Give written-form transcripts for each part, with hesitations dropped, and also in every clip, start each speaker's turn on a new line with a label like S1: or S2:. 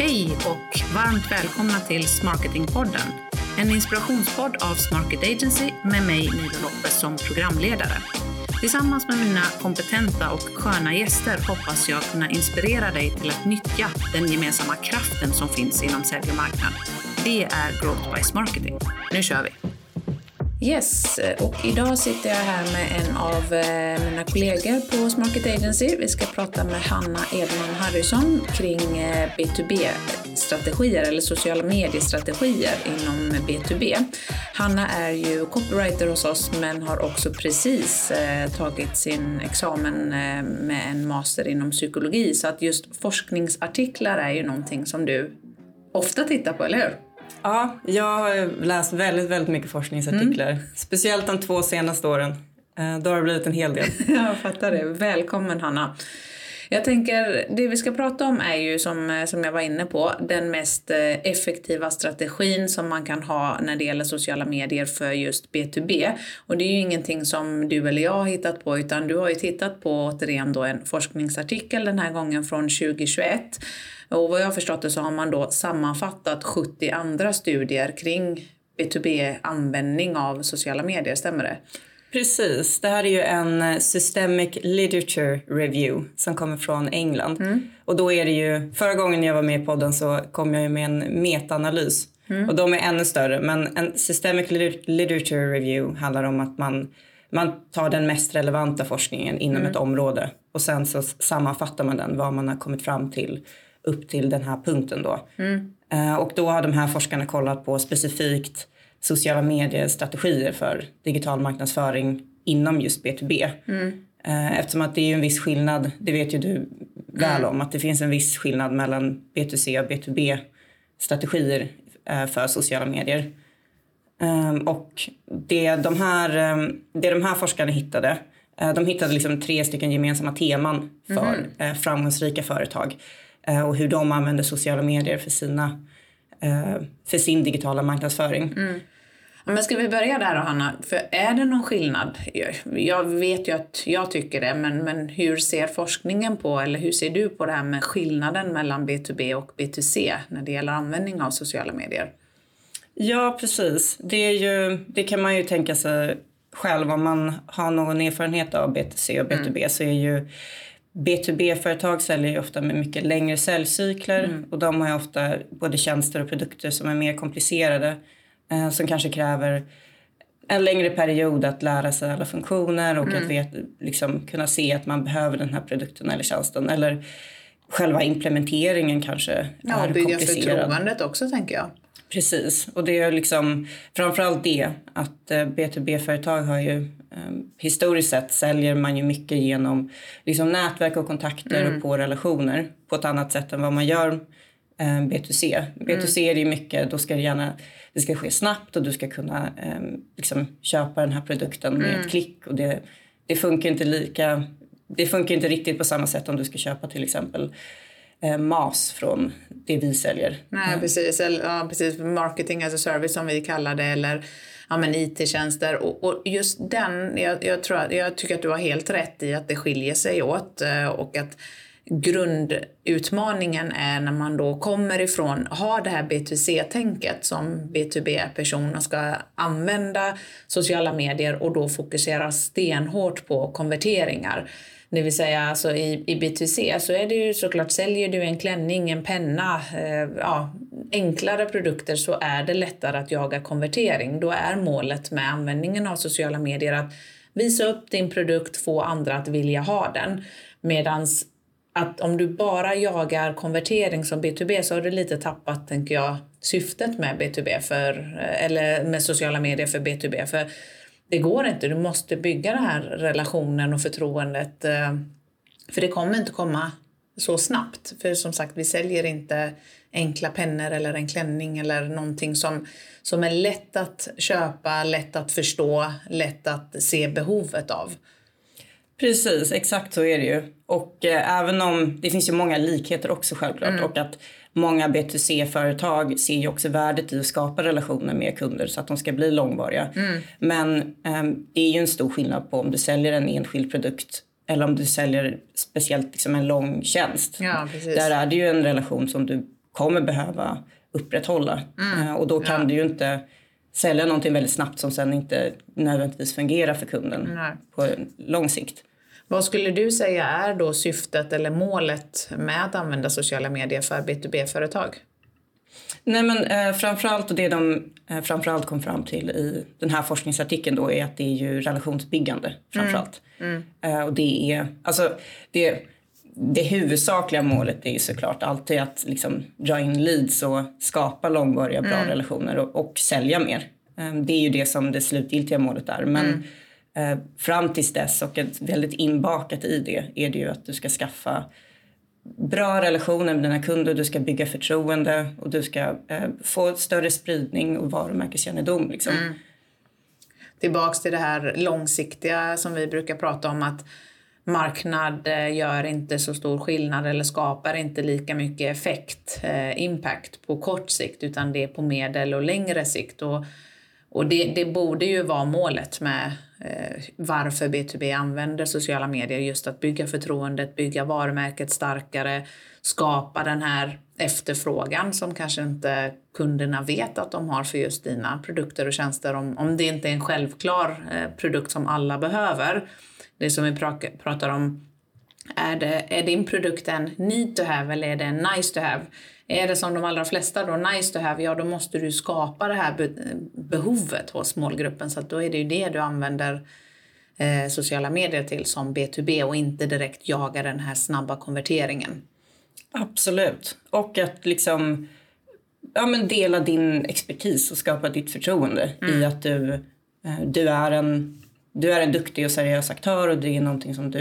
S1: Hej och varmt välkomna till Smarketingpodden. En inspirationspodd av Smarket Agency med mig Nilo Lopez som programledare. Tillsammans med mina kompetenta och sköna gäster hoppas jag kunna inspirera dig till att nyttja den gemensamma kraften som finns inom sälj och marknad. Det är Growth by Smarketing. Nu kör vi! Yes, och idag sitter jag här med en av mina kollegor på Smarket Agency. Vi ska prata med Hanna Edman Harrison kring B2B-strategier eller sociala mediestrategier inom B2B. Hanna är ju copywriter hos oss men har också precis tagit sin examen med en master inom psykologi. Så att just forskningsartiklar är ju någonting som du ofta tittar på, eller hur?
S2: Ja, jag har läst väldigt mycket forskningsartiklar. Speciellt de 2 senaste åren. Då har det blivit en hel del.
S1: Jag fattar det. Välkommen Hanna. Jag tänker, det vi ska prata om är ju som jag var inne på, den mest effektiva strategin som man kan ha när det gäller sociala medier för just B2B. Och det är ju ingenting som du eller jag har hittat på, utan du har ju tittat på återigen då en forskningsartikel den här gången från 2021. Och vad jag har förstått det så har man då sammanfattat 70 andra studier kring B2B-användning av sociala medier, stämmer det?
S2: Precis, det här är ju en Systemic Literature Review som kommer från England. Och då är det ju, förra gången jag var med i podden så kom jag ju med en metaanalys. Och de är ännu större, men en Systemic Literature Review handlar om att man tar den mest relevanta forskningen inom ett område. Och sen så sammanfattar man den, vad man har kommit fram till upp till den här punkten då. Och då har de här forskarna kollat på specifikt sociala mediestrategier för digital marknadsföring inom just B2B. Eftersom att det är ju en viss skillnad, det vet ju du väl om, att det finns en viss skillnad mellan B2C och B2B-strategier för sociala medier. Och det de här forskarna hittade, de hittade liksom 3 stycken gemensamma teman för framgångsrika företag och hur de använder sociala medier för sin digitala marknadsföring.
S1: Men ska vi börja där då, Hanna? För är det någon skillnad? Jag vet ju att jag tycker det, men hur ser forskningen på, eller hur ser du på det här med skillnaden mellan B2B och B2C när det gäller användning av sociala medier?
S2: Ja, precis. Det kan man ju tänka sig själv om man har någon erfarenhet av B2C och B2B så är ju B2B-företag säljer ju ofta med mycket längre säljcykler och de har ju ofta både tjänster och produkter som är mer komplicerade som kanske kräver en längre period att lära sig alla funktioner och att kunna se att man behöver den här produkten eller tjänsten eller själva implementeringen kanske är komplicerad.
S1: Ja, bygga förtroendet också tänker jag.
S2: Precis, och det är liksom framförallt det att B2B-företag har ju historiskt sett säljer man ju mycket genom liksom nätverk och kontakter och på relationer på ett annat sätt än vad man gör B2C. B2C är det ju mycket, då ska det ska ske snabbt och du ska kunna köpa den här produkten med ett klick och det funkar inte riktigt på samma sätt om du ska köpa till exempel MAS från det vi säljer.
S1: Nej, precis. Ja, precis. Marketing as a service som vi kallar det, eller IT-tjänster. Och just den, jag tycker att du har helt rätt i att det skiljer sig åt och att grundutmaningen är när man då kommer ifrån, har det här B2C-tänket som B2B-personer ska använda sociala medier och då fokusera stenhårt på konverteringar. Det vill säga alltså i B2C så är det ju såklart, säljer du en klänning, en penna, enklare produkter så är det lättare att jaga konvertering. Då är målet med användningen av sociala medier att visa upp din produkt, få andra att vilja ha den. Medans att om du bara jagar konvertering som B2B så har du lite tappat, tänker jag, syftet med B2B eller med sociala medier för B2B. För det går inte, du måste bygga den här relationen och förtroendet. För det kommer inte komma så snabbt. För som sagt, vi säljer inte enkla pennor eller en klänning eller någonting som är lätt att köpa, lätt att förstå, lätt att se behovet av.
S2: Precis, exakt så är det ju. Och även om det finns ju många likheter också självklart och att många B2C-företag ser ju också värdet i att skapa relationer med kunder så att de ska bli långvariga. Men det är ju en stor skillnad på om du säljer en enskild produkt eller om du säljer speciellt liksom en lång tjänst.
S1: Ja, precis.
S2: Där är det ju en relation som du kommer behöva upprätthålla. Och då kan du ju inte sälja någonting väldigt snabbt som sen inte nödvändigtvis fungerar för kunden på lång sikt.
S1: Vad skulle du säga är då syftet eller målet med att använda sociala medier för B2B-företag?
S2: Nej, men framförallt, och det de framförallt kom fram till i den här forskningsartikeln då, är att det är ju relationsbyggande framförallt. Och det är, alltså det huvudsakliga målet är ju såklart alltid att liksom dra in leads och skapa långvariga bra relationer och sälja mer. Det är ju det som det slutgiltiga målet är. Men fram tills dess, och ett väldigt inbakat i det, är det ju att du ska skaffa bra relationer med dina kunder, du ska bygga förtroende och du ska få större spridning och varumärkeskännedom. Liksom.
S1: Tillbaks till det här långsiktiga som vi brukar prata om, att marknad gör inte så stor skillnad eller skapar inte lika mycket effekt, impact på kort sikt, utan det är på medel- och längre sikt. Och det borde ju vara målet med varför B2B använder sociala medier, just att bygga förtroendet, bygga varumärket starkare, skapa den här efterfrågan som kanske inte kunderna vet att de har för just dina produkter och tjänster, om det inte är en självklar produkt som alla behöver. Det som vi pratar om, är din produkt en need to have eller är det en nice to have? Är det som de allra flesta då nice to have, ja då måste du skapa det här behovet hos målgruppen, så att då är det ju det du använder sociala medier till som B2B och inte direkt jaga den här snabba konverteringen. Absolut.
S2: Och att liksom dela din expertis och skapa ditt förtroende i att du är en duktig och seriös aktör, och det är någonting som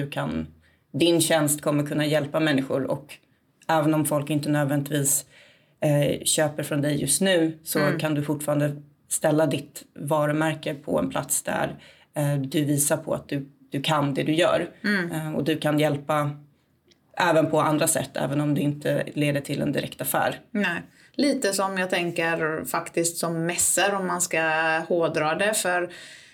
S2: din tjänst kommer kunna hjälpa människor, och även om folk inte nödvändigtvis köper från dig just nu, så kan du fortfarande ställa ditt varumärke på en plats där du visar på att du kan det du gör. Och du kan hjälpa även på andra sätt, även om det inte leder till en direkt affär.
S1: Nej. Lite som jag tänker faktiskt som mässor, om man ska hårdra det, för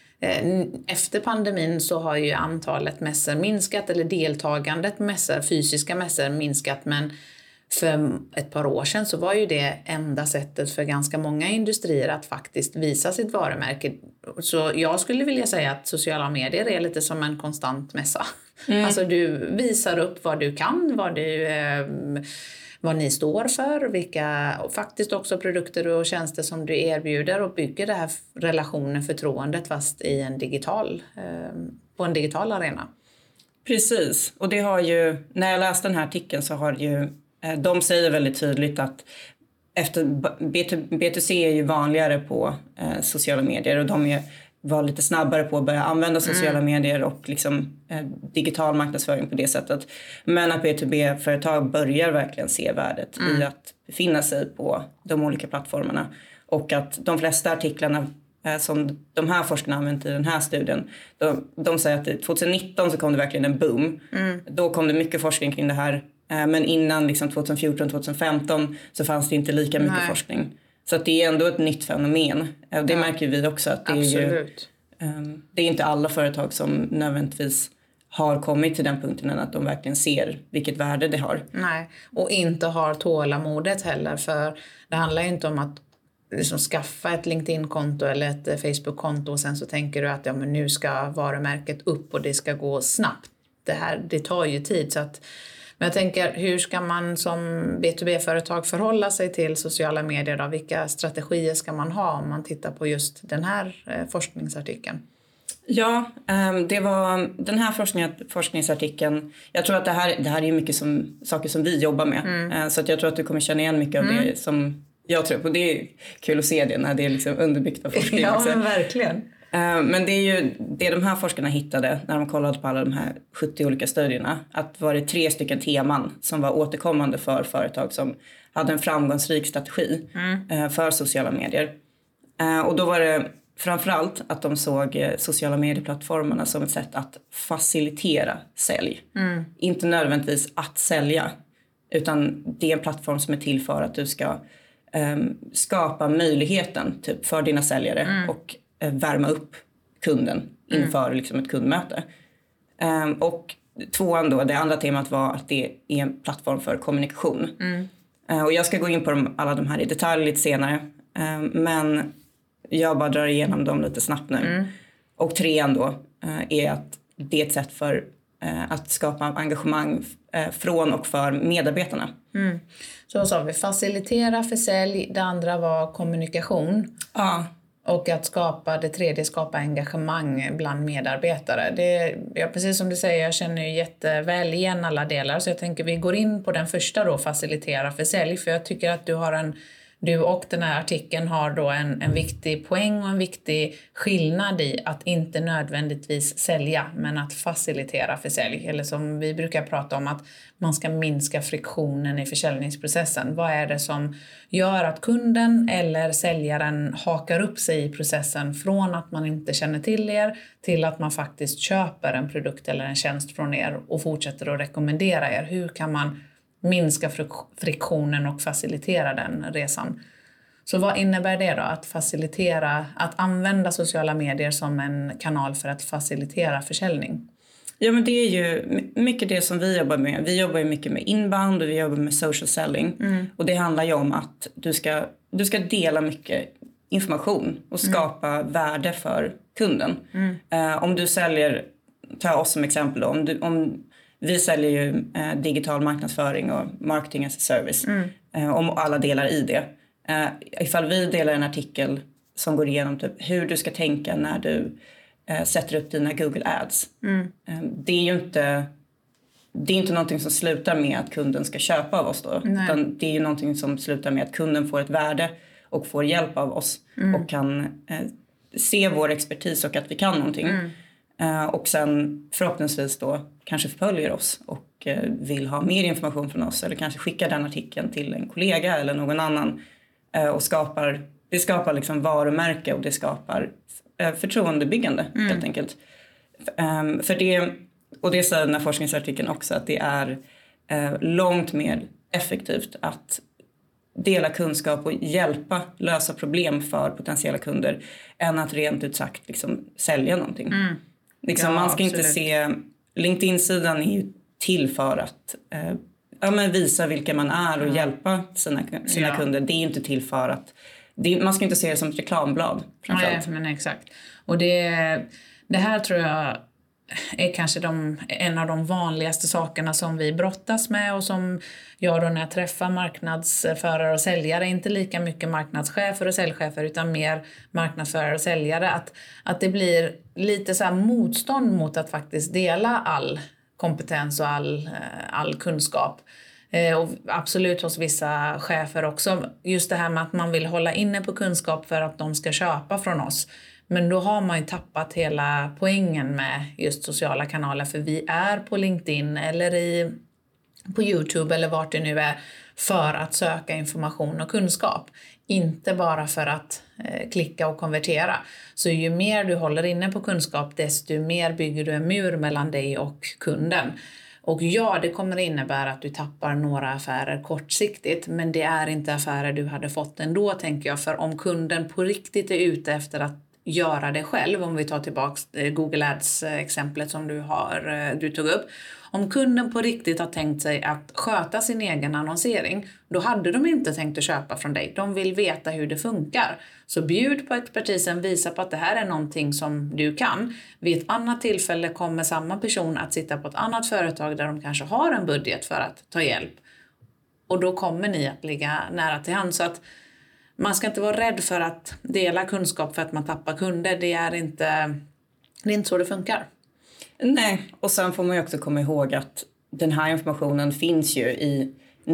S1: efter pandemin så har ju antalet mässor minskat, eller deltagandet mässor, fysiska mässor minskat, men för ett par år sedan så var ju det enda sättet för ganska många industrier att faktiskt visa sitt varumärke. Så jag skulle vilja säga att sociala medier är lite som en konstant mässa. Alltså du visar upp vad du kan, vad ni står för, vilka faktiskt också produkter och tjänster som du erbjuder, och bygger det här relationen, förtroendet, fast i på en digital arena.
S2: Precis, och det har ju, när jag läste den här artikeln så har ju, de säger väldigt tydligt att B2C är ju vanligare på sociala medier, och de var lite snabbare på att börja använda sociala medier och liksom digital marknadsföring på det sättet. Men att B2B-företag börjar verkligen se värdet i att befinna sig på de olika plattformarna. Och att de flesta artiklarna som de här forskarna använt i den här studien, de säger att 2019 så kom det verkligen en boom. Då kom det mycket forskning kring det här. Men innan liksom 2014-2015 så fanns det inte lika mycket forskning. Så att det är ändå ett nytt fenomen. Och det märker vi också, att det
S1: Absolut.
S2: Det är inte alla företag som nödvändigtvis har kommit till den punkten än att de verkligen ser vilket värde det har.
S1: Nej, och inte har tålamodet heller, för det handlar ju inte om att liksom skaffa ett LinkedIn-konto eller ett Facebook-konto och sen så tänker du att men nu ska varumärket upp och det ska gå snabbt. Det tar ju tid, så att. Men jag tänker, hur ska man som B2B-företag förhålla sig till sociala medier då? Vilka strategier ska man ha om man tittar på just den här forskningsartikeln?
S2: Ja, det var den här forskningsartikeln. Jag tror att det här är mycket saker som vi jobbar med. Så att jag tror att du kommer känna igen mycket av det som jag tror på. Det är kul att se det när det är liksom underbyggt av forskning.
S1: Ja, men verkligen.
S2: Men det är ju det de här forskarna hittade när de kollade på alla de här 70 olika studierna. Att var det 3 stycken teman som var återkommande för företag som hade en framgångsrik strategi för sociala medier. Och då var det framförallt att de såg sociala medieplattformarna som ett sätt att facilitera sälj. Inte nödvändigtvis att sälja, utan det är en plattform som är till för att du ska skapa möjligheten typ, för dina säljare och värma upp kunden inför liksom, ett kundmöte. Och 2:an då, det andra temat var att det är en plattform för kommunikation. Och jag ska gå in på alla de här i detalj lite senare. Men jag bara drar igenom dem lite snabbt nu. Och 3:an då är att det är ett sätt för att skapa engagemang från och för medarbetarna.
S1: Så sa vi, facilitera försälj, det andra var kommunikation.
S2: Ja.
S1: Och att det tredje skapa engagemang bland medarbetare. Precis som du säger, jag känner ju jätteväl igen alla delar. Så jag tänker vi går in på den första då, facilitera försälj. För jag tycker att du och den här artikeln har då en viktig poäng och en viktig skillnad i att inte nödvändigtvis sälja, men att facilitera försälj. Eller som vi brukar prata om, att man ska minska friktionen i försäljningsprocessen. Vad är det som gör att kunden eller säljaren hakar upp sig i processen från att man inte känner till er till att man faktiskt köper en produkt eller en tjänst från er och fortsätter att rekommendera er? Hur kan man minska friktionen och facilitera den resan? Så vad innebär det då? Att använda sociala medier som en kanal för att facilitera försäljning?
S2: Ja, men det är ju mycket det som vi jobbar med. Vi jobbar ju mycket med inbound och vi jobbar med social selling. Och det handlar ju om att du ska dela mycket information och skapa värde för kunden. Om du säljer, ta oss som exempel då, om vi säljer ju digital marknadsföring och marketing as a service. Om alla delar i det. Ifall vi delar en artikel som går igenom typ hur du ska tänka när du sätter upp dina Google Ads. Det är inte någonting som slutar med att kunden ska köpa av oss då. Utan det är ju någonting som slutar med att kunden får ett värde och får hjälp av oss. Och kan se vår expertis och att vi kan någonting. Och sen förhoppningsvis då kanske följer oss och vill ha mer information från oss. Eller kanske skickar den artikeln till en kollega eller någon annan. Och det skapar liksom varumärke och det skapar förtroendebyggande helt enkelt. Och det säger den här forskningsartikeln också, att det är långt mer effektivt att dela kunskap och hjälpa lösa problem för potentiella kunder än att rent ut sagt liksom sälja någonting. Man ska inte se, LinkedIn-sidan är ju till för att visa vilka man är och hjälpa sina kunder. Det är ju inte till för att man ska inte se det som ett reklamblad.
S1: Nej, men exakt. Och det här tror jag är kanske en av de vanligaste sakerna som vi brottas med och som jag då när jag träffar marknadsförare och säljare, inte lika mycket marknadschefer och säljchefer utan mer marknadsförare och säljare, att det blir lite så här motstånd mot att faktiskt dela all kompetens och all kunskap. Och absolut hos vissa chefer också. Just det här med att man vill hålla inne på kunskap för att de ska köpa från oss. Men då har man ju tappat hela poängen med just sociala kanaler. För vi är på LinkedIn eller på YouTube eller vart det nu är för att söka information och kunskap. Inte bara för att klicka och konvertera. Så ju mer du håller inne på kunskap desto mer bygger du en mur mellan dig och kunden. Och ja, det kommer innebära att du tappar några affärer kortsiktigt. Men det är inte affärer du hade fått ändå, tänker jag. För om kunden på riktigt är ute efter att göra det själv, om vi tar tillbaka Google Ads-exemplet som du tog upp. Om kunden på riktigt har tänkt sig att sköta sin egen annonsering, då hade de inte tänkt att köpa från dig. De vill veta hur det funkar. Så bjud på expertisen, visa på att det här är någonting som du kan. Vid ett annat tillfälle kommer samma person att sitta på ett annat företag där de kanske har en budget för att ta hjälp. Och då kommer ni att ligga nära till hand. Så att man ska inte vara rädd för att dela kunskap för att man tappar kunder. Det är inte så det funkar.
S2: Nej, och sen får man ju också komma ihåg att den här informationen finns ju i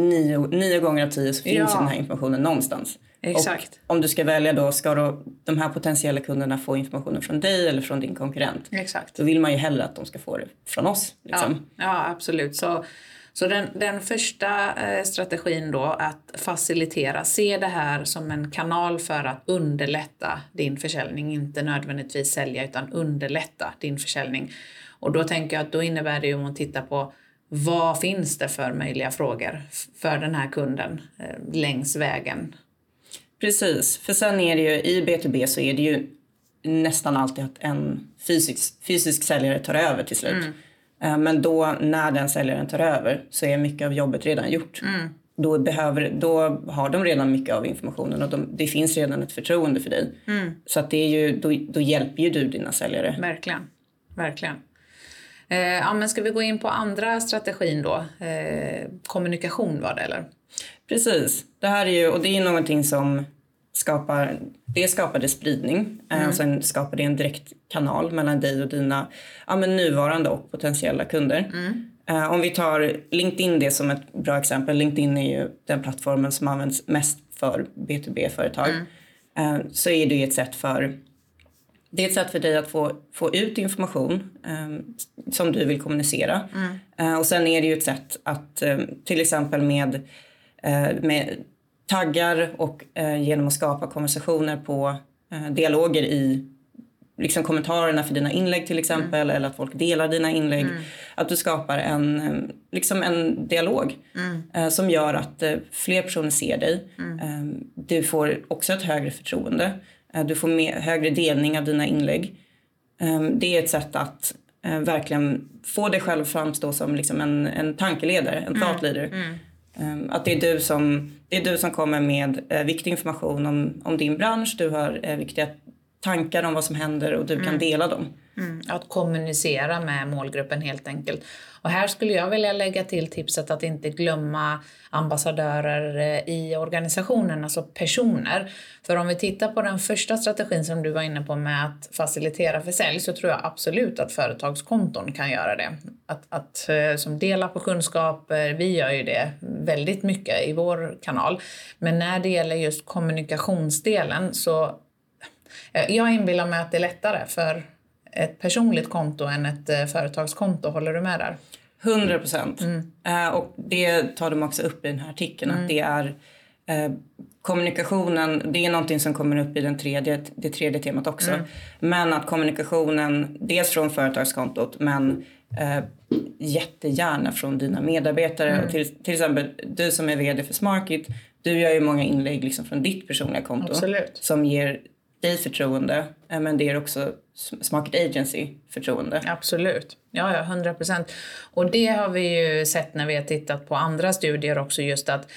S2: 9 gånger av 10 så finns ju den här informationen någonstans.
S1: Exakt.
S2: Och om du ska välja då, ska då de här potentiella kunderna få informationen från dig eller från din konkurrent?
S1: Exakt.
S2: Då vill man ju hellre att de ska få det från oss. Liksom.
S1: Ja, absolut. Så den första strategin då, att facilitera, se det här som en kanal för att underlätta din försäljning. Inte nödvändigtvis sälja utan underlätta din försäljning. Och då tänker jag att då innebär det ju om man tittar på vad finns det för möjliga frågor för den här kunden längs vägen.
S2: Precis, för sen är det ju i B2B så är det ju nästan alltid att en fysisk säljare tar över till slut. Men då när den säljaren tar över så är mycket av jobbet redan gjort. då har de redan mycket av informationen och det finns redan ett förtroende för dig. Så att det är ju, då hjälper ju du dina säljare.
S1: Verkligen. Ja, men ska vi gå in på andra strategin då? Kommunikation var det, eller?
S2: Precis. Det här är ju, och det är någonting som skapade spridning. Och sen skapar det en direkt kanal mellan dig och dina nuvarande och potentiella kunder. Om vi tar LinkedIn det som ett bra exempel. LinkedIn är ju den plattformen som används mest för B2B-företag. Så är det ju ett sätt för dig att få ut information som du vill kommunicera. Och sen är det ju ett sätt att till exempel med taggar och genom att skapa konversationer på dialoger i liksom kommentarerna för dina inlägg till exempel, eller att folk delar dina inlägg, att du skapar en dialog som gör att fler personer ser dig. Du får också ett högre förtroende. Du får högre delning av dina inlägg. Det är ett sätt att verkligen få dig själv framstå som liksom en tankeledare, en thought leader. Att det är du som kommer med viktig information om din bransch. Du har viktiga tankar om vad som händer och du kan dela dem.
S1: Att kommunicera med målgruppen helt enkelt. Och här skulle jag vilja lägga till tipset att inte glömma ambassadörer i organisationen, alltså personer. För om vi tittar på den första strategin som du var inne på med att facilitera för sälj, så tror jag absolut att företagskonton kan göra det. Att som delar på kunskaper, vi gör ju det väldigt mycket i vår kanal. Men när det gäller just kommunikationsdelen så jag inbillar mig att det är lättare för ett personligt konto än ett företagskonto. Håller du med där?
S2: 100%. Och det tar de också upp i den här artikeln. Att det är kommunikationen, det är någonting som kommer upp i det tredje temat också. Men att kommunikationen, dels från företagskontot, men jättegärna från dina medarbetare. Och till exempel, du som är vd för Smarkit, du gör ju många inlägg liksom från ditt personliga konto.
S1: Absolut.
S2: Som ger dig förtroende, men det är också Smarkit Agency förtroende.
S1: Absolut, ja 100%. Och det har vi ju sett när vi har tittat på andra studier också, just att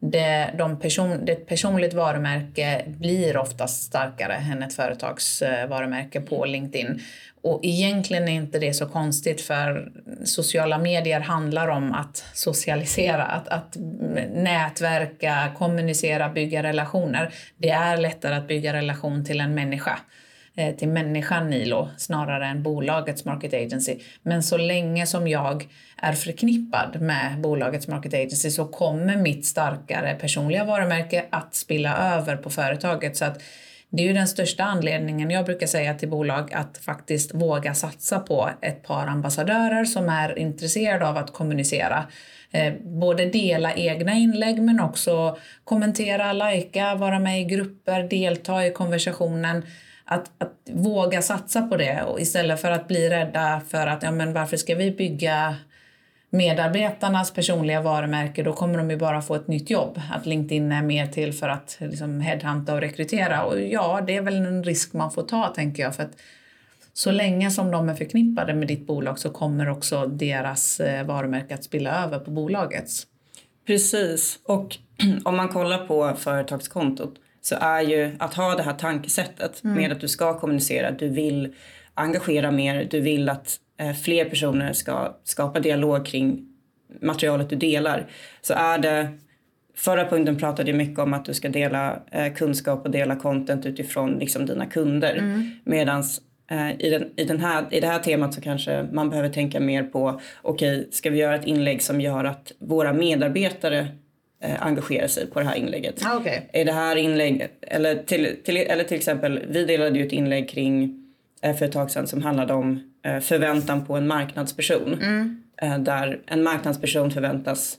S1: ett personligt varumärke blir oftast starkare än ett företagsvarumärke på LinkedIn. Och egentligen är inte det så konstigt, för sociala medier handlar om att socialisera, att nätverka, kommunicera, bygga relationer. Det är lättare att bygga relation till en människa, till människan Nilo, snarare än bolagets Market Agency. Men så länge som jag är förknippad med bolagets Market Agency så kommer mitt starkare personliga varumärke att spilla över på företaget. Så att det är ju den största anledningen jag brukar säga till bolag att faktiskt våga satsa på ett par ambassadörer som är intresserade av att kommunicera. Både dela egna inlägg men också kommentera, likea, vara med i grupper, delta i konversationen. Att våga satsa på det, och istället för att bli rädda för att varför ska vi bygga medarbetarnas personliga varumärke, då kommer de ju bara få ett nytt jobb. Att LinkedIn är mer till för att liksom headhunta och rekrytera. Och ja, det är väl en risk man får ta, tänker jag. För att så länge som de är förknippade med ditt bolag så kommer också deras varumärke att spilla över på bolagets.
S2: Precis. Och om man kollar på företagskontot så är ju att ha det här tankesättet med att du ska kommunicera, du vill engagera mer, du vill att fler personer ska skapa dialog kring materialet du delar. Så är det, förra punkten pratade jag mycket om att du ska dela kunskap och dela content utifrån liksom dina kunder. Medans i det här temat så kanske man behöver tänka mer på, okej, ska vi göra ett inlägg som gör att våra medarbetare engagerar sig på det här inlägget.
S1: Okay.
S2: Är det här inlägg, eller till exempel, vi delade ju ett inlägg kring för ett tag sedan som handlade om förväntan på en marknadsperson. Där en marknadsperson förväntas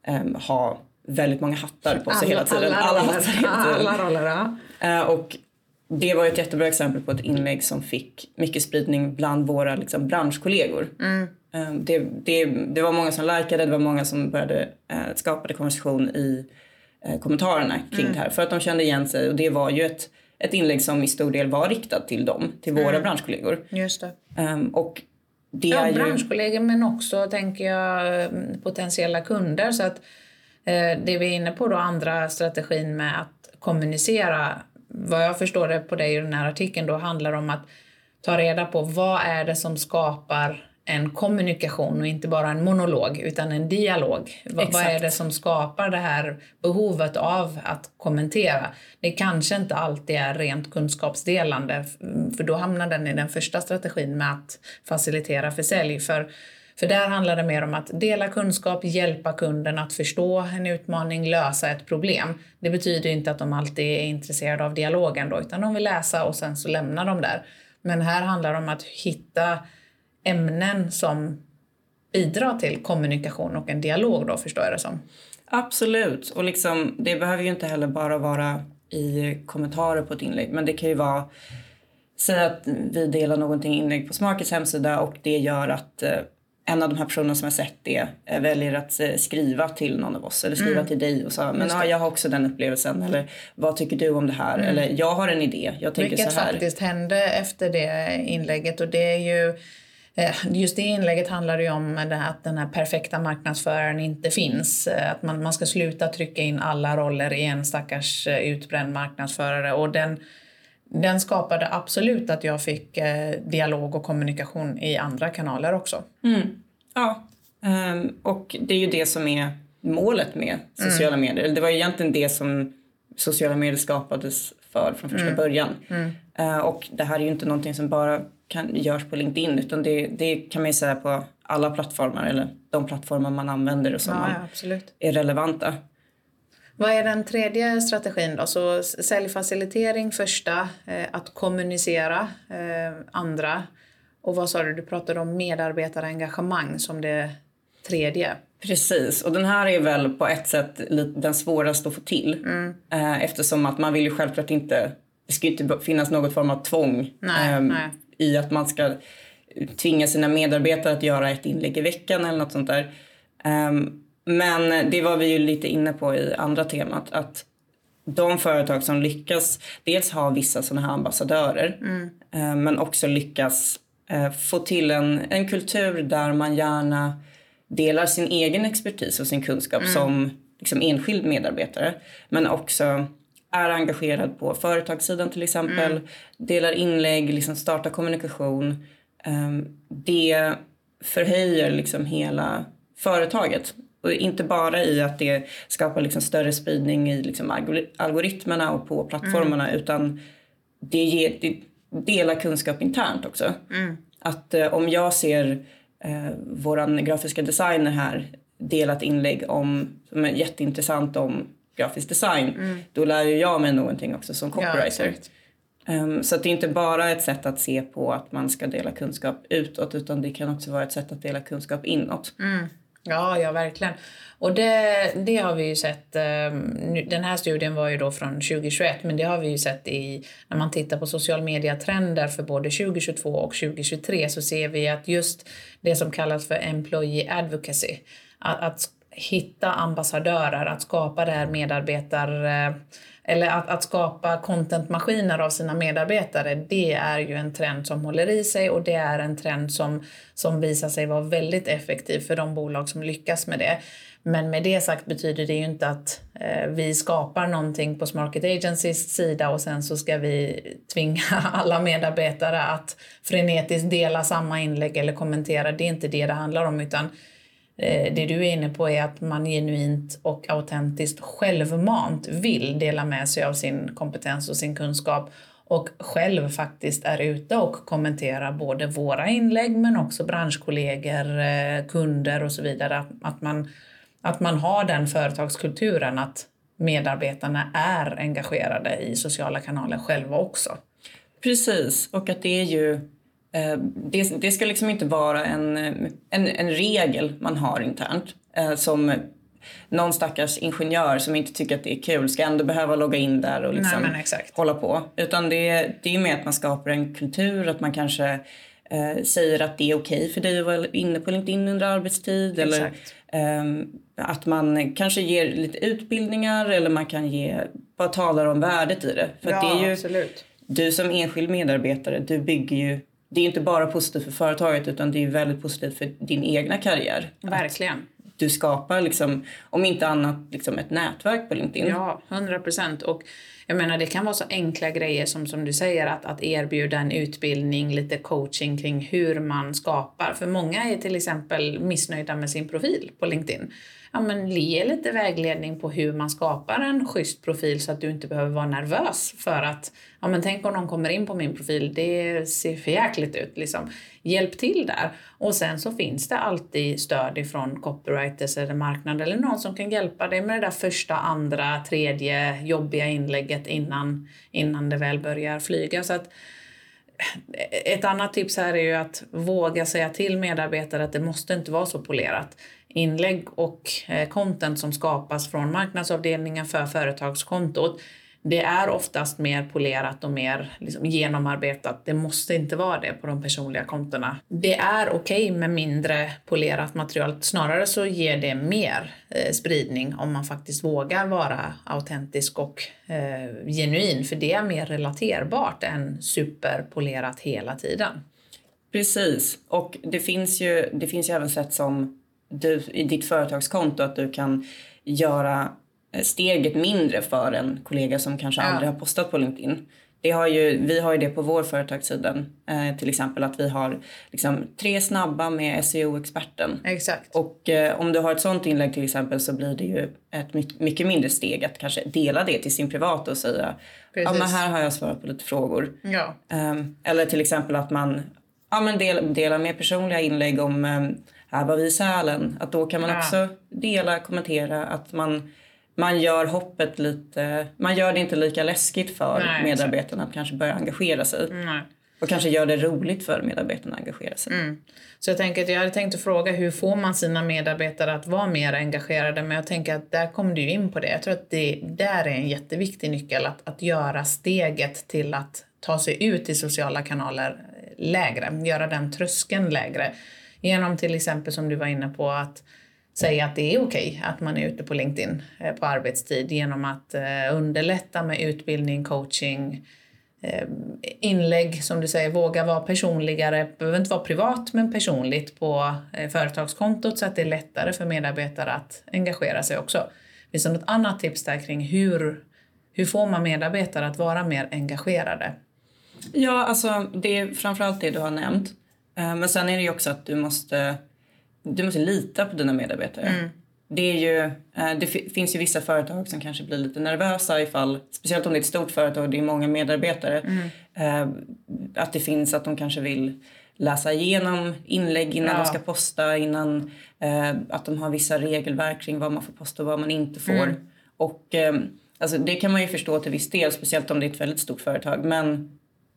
S2: ha väldigt många hattar på sig hela tiden.
S1: Alla roller.
S2: Och det var ett jättebra exempel på ett inlägg som fick mycket spridning bland våra liksom branschkollegor. Det var många som likade, det var många som började skapa konversation i kommentarerna kring det här. För att de kände igen sig, och det var ju ett inlägg som i stor del var riktat till dem, till våra branschkollegor.
S1: Just det.
S2: Och det är ju
S1: branschkollegor, men också tänker jag potentiella kunder, så att Det vi är inne på då, andra strategin med att kommunicera, vad jag förstår det på dig i den här artikeln då, handlar om att ta reda på vad är det som skapar en kommunikation och inte bara en monolog utan en dialog. Vad är det som skapar det här behovet av att kommentera? Det kanske inte alltid är rent kunskapsdelande, för då hamnar den i den första strategin med att facilitera försälj. För där handlar det mer om att dela kunskap, hjälpa kunden att förstå en utmaning, lösa ett problem. Det betyder inte att de alltid är intresserade av dialogen då, utan de vill läsa och sen så lämnar de där. Men här handlar det om att hitta ämnen som bidrar till kommunikation och en dialog då, förstår jag det som.
S2: Absolut, och liksom, det behöver ju inte heller bara vara i kommentarer på ett inlägg, men det kan ju vara, säg att vi delar någonting inlägg på Smarkets hemsida och det gör att en av de här personerna som har sett det väljer att skriva till någon av oss eller skriva till dig och sa, men jag har också den upplevelsen, eller vad tycker du om det här, eller jag har en idé, jag tänker
S1: vilket
S2: så här.
S1: Faktiskt hände efter det inlägget, och det är ju just det inlägget handlar ju om att den här perfekta marknadsföraren inte finns. Att man ska sluta trycka in alla roller i en stackars utbränd marknadsförare. Och den skapade absolut att jag fick dialog och kommunikation i andra kanaler också.
S2: Ja, och det är ju det som är målet med sociala medier. Det var egentligen det som sociala medier skapades för från första början. Och det här är ju inte någonting som bara görs på LinkedIn, utan det kan man ju säga på alla plattformar, eller de plattformar man använder och som är relevanta.
S1: Vad är den tredje strategin då? Så säljfacilitering första, att kommunicera andra, och vad sa du pratade om medarbetarengagemang som det tredje.
S2: Precis, och den här är väl på ett sätt den svåraste att få till. Eftersom att man vill ju självklart inte, det ska ju inte finnas något form av tvång i att man ska tvinga sina medarbetare att göra ett inlägg i veckan eller något sånt där. Men det var vi ju lite inne på i andra temat, att de företag som lyckas dels ha vissa sådana här ambassadörer, men också lyckas få till en kultur där man gärna delar sin egen expertis och sin kunskap som liksom enskild medarbetare, men också är engagerad på företagssidan till exempel, delar inlägg, liksom startar kommunikation. Det förhöjer liksom hela företaget. Och inte bara i att det skapar liksom större spridning i liksom algoritmerna och på plattformarna, utan det delar kunskap internt också. Att om jag ser våran grafiska designer här delat inlägg som är jätteintressant om grafisk design, då lär ju jag mig någonting också som copywriter. Så att det är inte bara ett sätt att se på att man ska dela kunskap utåt, utan det kan också vara ett sätt att dela kunskap inåt.
S1: Ja, verkligen. Och det har vi ju sett, den här studien var ju då från 2021, men det har vi ju sett när man tittar på social media-trender för både 2022 och 2023, så ser vi att just det som kallas för employee advocacy, att hitta ambassadörer, att skapa det här eller att skapa contentmaskiner av sina medarbetare, det är ju en trend som håller i sig, och det är en trend som visar sig vara väldigt effektiv för de bolag som lyckas med det. Men med det sagt betyder det ju inte att vi skapar någonting på Smarket Agencys sida och sen så ska vi tvinga alla medarbetare att frenetiskt dela samma inlägg eller kommentera. Det är inte det handlar om, utan det du är inne på är att man genuint och autentiskt självmant vill dela med sig av sin kompetens och sin kunskap, och själv faktiskt är ute och kommenterar både våra inlägg men också branschkollegor, kunder och så vidare. Att man har den företagskulturen att medarbetarna är engagerade i sociala kanaler själva också.
S2: Precis, och att det är ju det ska liksom inte vara en regel man har internt, som någon stackars ingenjör som inte tycker att det är kul ska ändå behöva logga in där och liksom hålla på. Utan det är med att man skapar en kultur, att man kanske säger att det är okej för dig att vara inne på LinkedIn under arbetstid. Eller att man kanske ger lite utbildningar, eller man kan bara talar om värdet i det. För det är ju, absolut. Du som enskild medarbetare, du bygger ju, det är inte bara positivt för företaget, utan det är väldigt positivt för din egna karriär.
S1: Verkligen.
S2: du skapar liksom, om inte annat liksom ett nätverk på LinkedIn.
S1: Ja, 100%. Och jag menar, det kan vara så enkla grejer som du säger, att erbjuda en utbildning, lite coaching kring hur man skapar. För många är till exempel missnöjda med sin profil på LinkedIn. Ja, men ge lite vägledning på hur man skapar en schysst profil så att du inte behöver vara nervös för att, ja men tänk om någon kommer in på min profil, det ser för jäkligt ut liksom. Hjälp till där. Och sen så finns det alltid stöd ifrån copywriters eller marknad eller någon som kan hjälpa dig med det där första, andra, tredje jobbiga inlägget innan det väl börjar flyga. Så att ett annat tips här är ju att våga säga till medarbetare att det måste inte vara så polerat. Inlägg och content som skapas från marknadsavdelningen för företagskontot, det är oftast mer polerat och mer liksom genomarbetat. Det måste inte vara det på de personliga kontona. Det är okej med mindre polerat material. Snarare så ger det mer spridning om man faktiskt vågar vara autentisk och genuin. För det är mer relaterbart än superpolerat hela tiden.
S2: Precis. Och det finns ju även sätt som du i ditt företagskonto att du kan göra steget mindre för en kollega som kanske aldrig har postat på LinkedIn. Vi har ju det på vår företagssida. Till exempel att vi har liksom 3 snabba med SEO-experten.
S1: Exakt.
S2: Och om du har ett sånt inlägg till exempel så blir det ju ett mycket mindre steg att kanske dela det till sin privata och säga ja men här har jag svarat på lite frågor.
S1: Ja.
S2: Eller till exempel att man delar med personliga inlägg om här var vi i Sälen. Att då kan man också kommentera att man gör hoppet lite, man gör det inte lika läskigt för medarbetarna att kanske börja engagera sig. Och kanske gör det roligt för medarbetarna att engagera sig.
S1: Så jag hade tänkt att fråga hur får man sina medarbetare att vara mer engagerade, men jag tänker att där kommer du in på det. Jag tror att det där är en jätteviktig nyckel, att göra steget till att ta sig ut i sociala kanaler lägre, göra den tröskeln lägre. Genom till exempel som du var inne på att säga att det är okej att man är ute på LinkedIn på arbetstid, genom att underlätta med utbildning, coaching, inlägg som du säger, våga vara personligare, det behöver inte vara privat men personligt på företagskontot så att det är lättare för medarbetare att engagera sig också. Finns det något annat tips där kring hur får man medarbetare att vara mer engagerade?
S2: Ja, alltså det är framförallt det du har nämnt. Men sen är det ju också att du måste lita på dina medarbetare. Det finns ju vissa företag som kanske blir lite nervösa speciellt om det är ett stort företag och det är många medarbetare. Att de kanske vill läsa igenom inlägg innan de ska posta, innan att de har vissa regelverk kring vad man får posta och vad man inte får. Och alltså det kan man ju förstå till viss del, speciellt om det är ett väldigt stort företag, men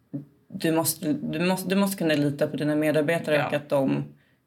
S2: du måste kunna lita på dina medarbetare och att de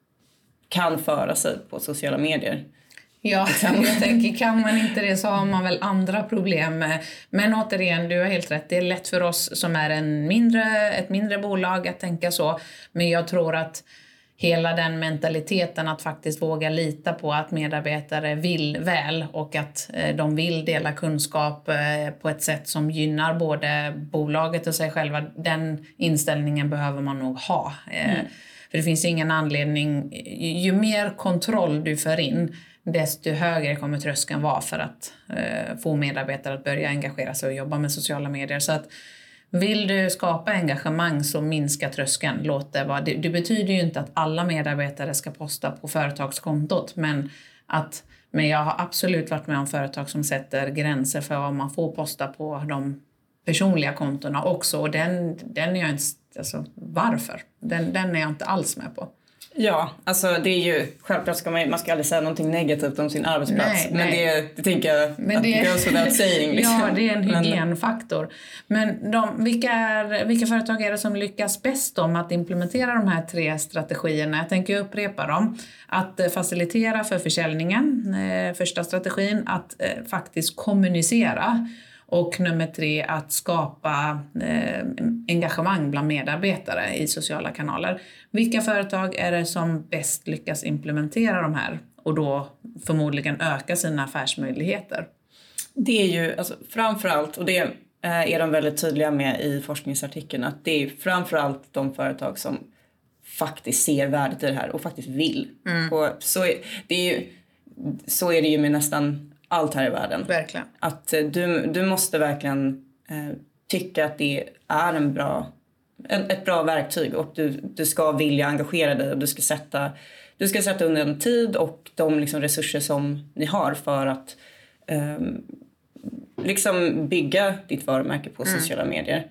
S2: kan föra sig på sociala medier.
S1: Ja, jag tänker, kan man inte det så har man väl andra problem. Men återigen, du har helt rätt. Det är lätt för oss som är ett mindre bolag att tänka så. Men jag tror att hela den mentaliteten att faktiskt våga lita på att medarbetare vill väl och att de vill dela kunskap på ett sätt som gynnar både bolaget och sig själva. Den inställningen behöver man nog ha. För det finns ingen anledning, ju mer kontroll du för in, desto högre kommer tröskeln vara för att få medarbetare att börja engagera sig och jobba med sociala medier. Så att vill du skapa engagemang så minska tröskeln. Låt det vara. Det betyder ju inte att alla medarbetare ska posta på företagskontot, men jag har absolut varit med om företag som sätter gränser för vad man får posta på de personliga kontona också. Och den är jag inte, alltså varför? Den är jag inte alls med på.
S2: Ja, alltså det är ju självklart man ska aldrig säga någonting negativt om sin arbetsplats. Men det tänker jag att det goes without saying. Liksom.
S1: Ja, det är en hygienfaktor. Men vilka företag är det som lyckas bäst om att implementera de här 3 strategierna? Jag tänker upprepa dem. Att facilitera för försäljningen, första strategin. Att faktiskt kommunicera. Och nummer 3, att skapa engagemang bland medarbetare i sociala kanaler. Vilka företag är det som bäst lyckas implementera de här och då förmodligen öka sina affärsmöjligheter?
S2: Det är ju alltså, framförallt, och det är de väldigt tydliga med i forskningsartikeln, att det är framförallt de företag som faktiskt ser värdet i det här och faktiskt vill. Och så det är ju så är det ju med nästan allt här i världen.
S1: Verkligen.
S2: Att du måste verkligen tycka att det är ett bra verktyg, och du ska vilja engagera dig, och du ska sätta under en tid och de liksom resurser som ni har för att liksom bygga ditt varumärke på sociala medier.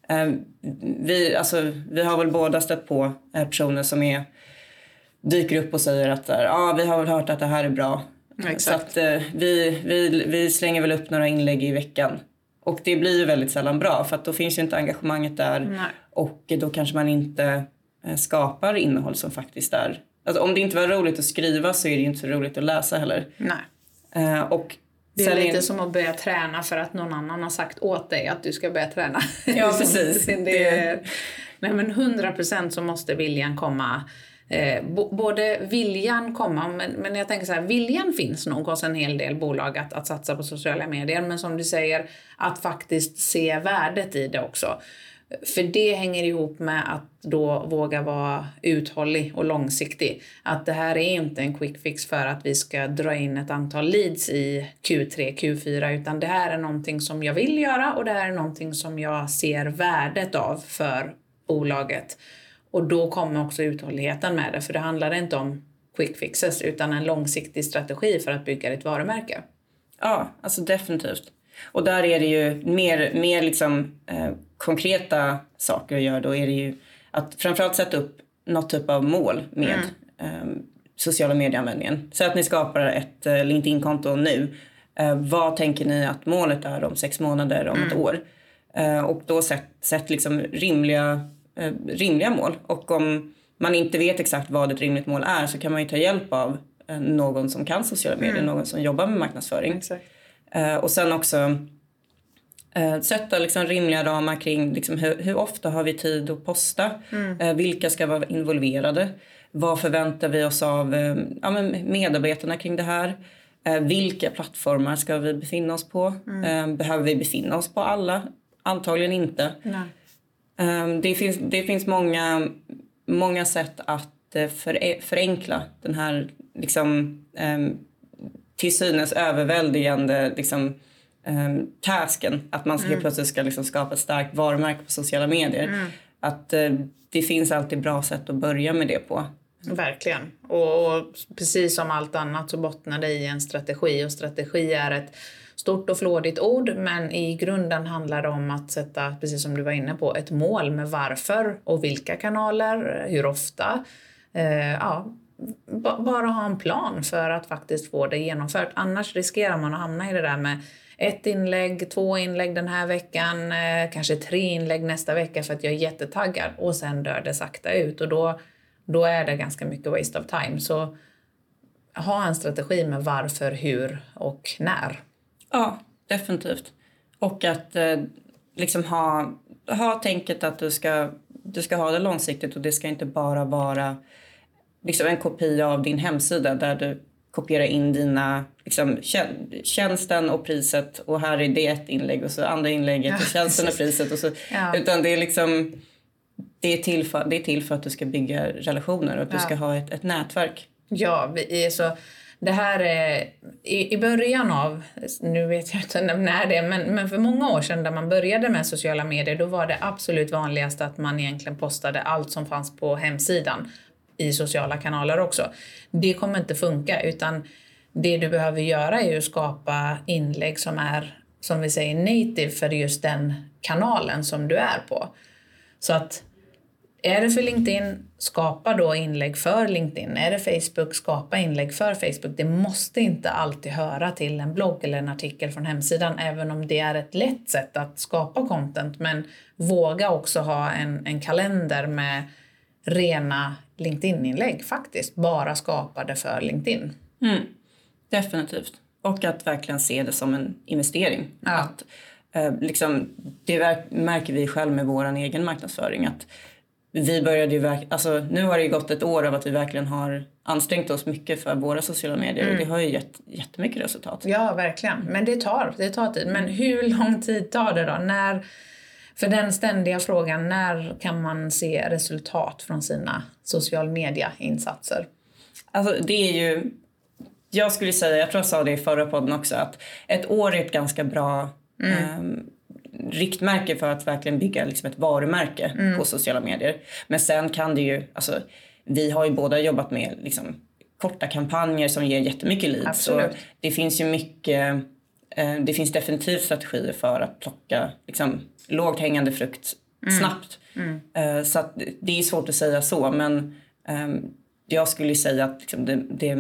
S2: Vi har väl båda stött på personer som dyker upp och säger att vi har väl hört att det här är bra.
S1: Exakt.
S2: Så att vi slänger väl upp några inlägg i veckan. Och det blir ju väldigt sällan bra, för att då finns ju inte engagemanget där.
S1: Nej.
S2: Och då kanske man inte skapar innehåll som faktiskt är. Alltså, om det inte var roligt att skriva så är det ju inte så roligt att läsa heller.
S1: Nej.
S2: Och
S1: det är lite som att börja träna för att någon annan har sagt åt dig att du ska börja träna.
S2: Ja, precis.
S1: Nej, men 100% så måste viljan komma. Både viljan komma, men jag tänker så här, viljan finns nog hos en hel del bolag att satsa på sociala medier, men som du säger, att faktiskt se värdet i det också. För det hänger ihop med att då våga vara uthållig och långsiktig. Att det här är inte en quick fix för att vi ska dra in ett antal leads i Q3, Q4, utan det här är någonting som jag vill göra, och det här är någonting som jag ser värdet av för bolaget. Och då kommer också uthålligheten med det, för det handlar inte om quick fixes utan en långsiktig strategi för att bygga ditt varumärke.
S2: Ja, alltså definitivt. Och där är det ju mer liksom, konkreta saker att göra. Då är det ju att framförallt sätta upp något typ av mål med sociala medieanvändningen. Så att ni skapar ett LinkedIn-konto nu. Vad tänker ni att målet är om 6 månader, om ett år? Och då sätt liksom rimliga mål. Och om man inte vet exakt vad ett rimligt mål är, så kan man ju ta hjälp av någon som kan sociala medier, någon som jobbar med marknadsföring.
S1: Exakt.
S2: Och sen också sätta liksom rimliga ramar kring liksom hur ofta har vi tid att posta, vilka ska vara involverade, vad förväntar vi oss av medarbetarna kring det här, vilka plattformar ska vi befinna oss på, behöver vi befinna oss på alla? Antagligen inte. Det finns många sätt att förenkla den här liksom, till synes överväldigande liksom, tasken. Att man plötsligt ska liksom skapa ett starkt varumärke på sociala medier. Att det finns alltid bra sätt att börja med det på.
S1: Verkligen. Och precis som allt annat så bottnar det i en strategi. Och strategi är ett stort och flådigt ord, men i grunden handlar det om att sätta, precis som du var inne på, ett mål med varför och vilka kanaler, hur ofta. Bara ha en plan för att faktiskt få det genomfört. Annars riskerar man att hamna i det där med 1 inlägg, 2 inlägg den här veckan, kanske 3 inlägg nästa vecka för att jag är jättetaggad, och sen dör det sakta ut, och då är det ganska mycket waste of time. Så ha en strategi med varför, hur och när. Ja,
S2: definitivt. Och att liksom ha tänket att du ska ha det långsiktigt, och det ska inte bara vara liksom en kopia av din hemsida där du kopierar in dina liksom, tjänsten och priset, och här är det ett inlägg och så andra inlägget och tjänsten och priset och så, utan det är liksom det är till för att du ska bygga relationer och att du ska ha ett nätverk.
S1: Ja, så det här är i början av, nu vet jag inte när det är, men för många år sedan, där man började med sociala medier, då var det absolut vanligaste att man egentligen postade allt som fanns på hemsidan i sociala kanaler också. Det kommer inte funka, utan det du behöver göra är ju att skapa inlägg som är, som vi säger, native för just den kanalen som du är på. Så att är det för LinkedIn, skapa då inlägg för LinkedIn. Är det Facebook, skapa inlägg för Facebook. Det måste inte alltid höra till en blogg eller en artikel från hemsidan, även om det är ett lätt sätt att skapa content. Men våga också ha en kalender med rena LinkedIn-inlägg faktiskt. Bara skapa det för LinkedIn.
S2: Definitivt. Och att verkligen se det som en investering.
S1: Ja.
S2: Att, liksom, det märker vi själv med vår egen marknadsföring, att vi började ju nu har det ju gått ett år av att vi verkligen har ansträngt oss mycket för våra sociala medier, och det har ju gett jättemycket resultat.
S1: Ja, verkligen. Men det tar tid. Men hur lång tid tar det då? För den ständiga frågan, när kan man se resultat från sina social media-insatser?
S2: Alltså det är ju Jag skulle säga, jag tror jag sa det i förra podden också, att ett år är ett ganska bra riktmärke för att verkligen bygga liksom ett varumärke på sociala medier. Men sen kan det ju, alltså, vi har ju båda jobbat med liksom korta kampanjer som ger jättemycket leads.
S1: Absolut.
S2: Så det finns ju mycket, det finns definitivt strategier för att plocka liksom lågt hängande frukt snabbt. Så att det är svårt att säga så, men jag skulle säga att liksom det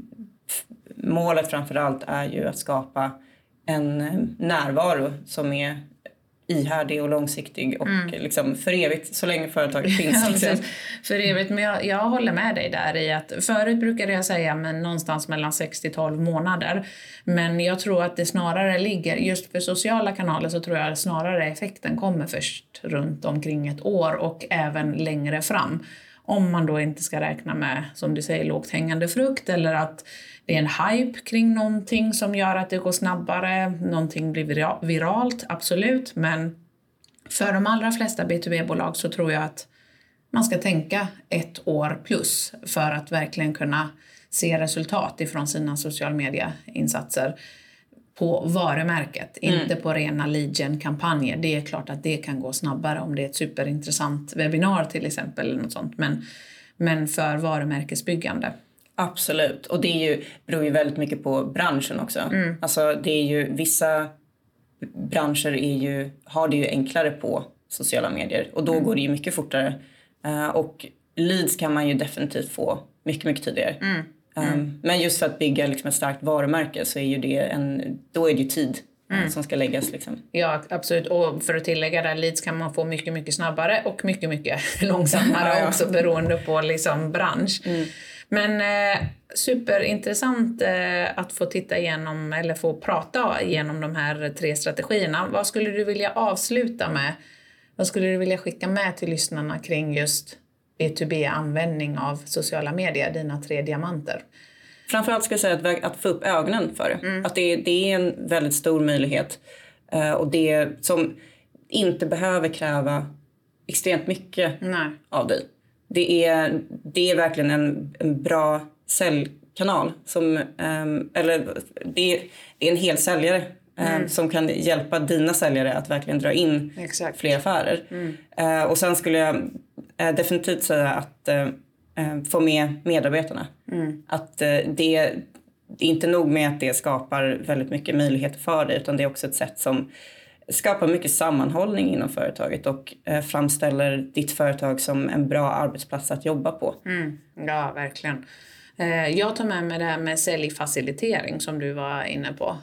S2: målet framförallt är ju att skapa en närvaro som är ihärdig och långsiktig och liksom för evigt, så länge företaget finns. Liksom.
S1: För evigt, men jag håller med dig där i att förut brukade jag säga men någonstans mellan 6-12 månader. Men jag tror att det snarare ligger, just för sociala kanaler så tror jag snarare effekten kommer först runt omkring ett år och även längre fram. Om man då inte ska räkna med, som du säger, lågt hängande frukt eller att det är en hype kring någonting som gör att det går snabbare, någonting blir viralt, absolut. Men för de allra flesta B2B-bolag så tror jag att man ska tänka 1 år plus för att verkligen kunna se resultat ifrån sina social media-insatser på varumärket, inte på rena lead gen-kampanjer. Det är klart att det kan gå snabbare om det är ett superintressant webbinar till exempel eller något sånt, men för varumärkesbyggande.
S2: Absolut, och det beror ju väldigt mycket på branschen också. Alltså det är ju, vissa branscher har det ju enklare på sociala medier och då går det ju mycket fortare. Och leads kan man ju definitivt få mycket, mycket tidigare. Men just för att bygga liksom ett starkt varumärke så är ju det då är det ju tid som ska läggas liksom.
S1: Ja, absolut. Och för att tillägga där, leads kan man få mycket, mycket snabbare och mycket, mycket långsammare också beroende på liksom bransch. Men superintressant att få titta igenom eller få prata igenom de här 3 strategierna. Vad skulle du vilja avsluta med? Vad skulle du vilja skicka med till lyssnarna kring just B2B-användning av sociala medier, dina 3 diamanter?
S2: Framförallt ska jag säga att få upp ögonen för det. Att det är en väldigt stor möjlighet. Och det som inte behöver kräva extremt mycket av dig. Det är verkligen en bra säljkanal. Det är en hel säljare som kan hjälpa dina säljare att verkligen dra in fler affärer. Och sen skulle jag definitivt säga att få med medarbetarna. Att det är inte nog med att det skapar väldigt mycket möjligheter för dig, utan det är också ett sätt som skapar mycket sammanhållning inom företaget och framställer ditt företag som en bra arbetsplats att jobba på.
S1: Ja, verkligen. Jag tar med mig det här med säljfacilitering som du var inne på.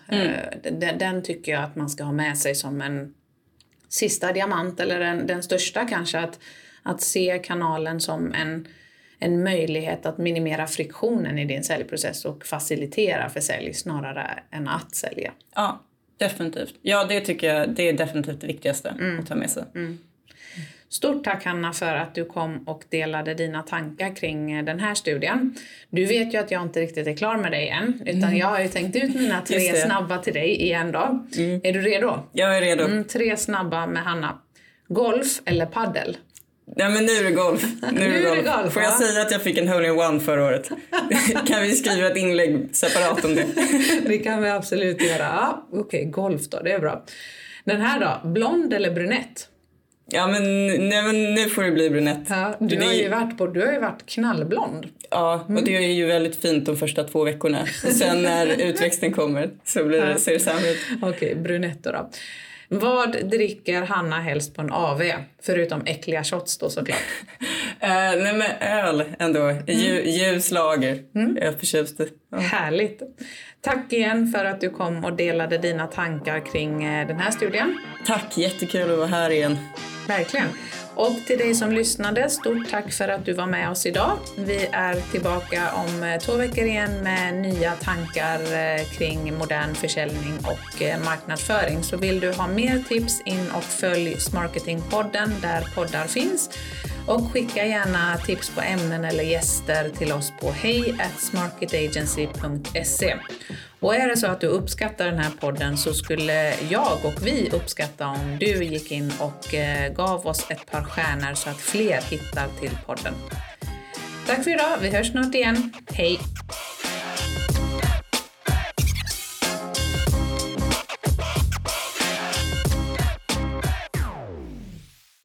S1: Den tycker jag att man ska ha med sig som en sista diamant, eller den största kanske, att se kanalen som en möjlighet att minimera friktionen i din säljprocess och facilitera för sälj snarare än att sälja.
S2: Ja, definitivt. Ja, det tycker jag, det är definitivt det viktigaste att ta med sig.
S1: Stort tack Hanna för att du kom och delade dina tankar kring den här studien. Du vet ju att jag inte riktigt är klar med dig än, utan jag har ju tänkt ut mina 3 snabba till dig igen då. Är du redo?
S2: Jag är redo.
S1: 3 snabba med Hanna. Golf eller paddel?
S2: Nej, men nu är det golf. Nu är det golf. Får jag säga att jag fick en hole-in-one förra året? Kan vi skriva ett inlägg separat om det?
S1: Det kan vi absolut göra. Ja, okej, golf då, det är bra. Den här då, blond eller brunett?
S2: Ja, men nu får det bli brunett.
S1: Ja, du har ju varit knallblond.
S2: Ja, och det är ju väldigt fint de första 2 veckorna. Och sen när utväxten kommer så ser det samma ut.
S1: Okej, brunett då. Vad dricker Hanna helst på en AV? Förutom äckliga shots då såklart.
S2: Nej, men öl ändå. Ljus lager. Jag är förtjust.
S1: Ja. Härligt. Tack igen för att du kom och delade dina tankar kring den här studien.
S2: Tack, jättekul att vara här igen.
S1: Verkligen. Och till dig som lyssnade, stort tack för att du var med oss idag. Vi är tillbaka om 2 veckor igen med nya tankar kring modern försäljning och marknadsföring. Så vill du ha mer tips, in och följ Smarketingpodden där poddar finns. Och skicka gärna tips på ämnen eller gäster till oss på hej@smarketagency.se. Och är det så att du uppskattar den här podden så skulle jag och vi uppskatta om du gick in och gav oss ett par stjärnor så att fler hittar till podden. Tack för idag, vi hörs snart igen. Hej!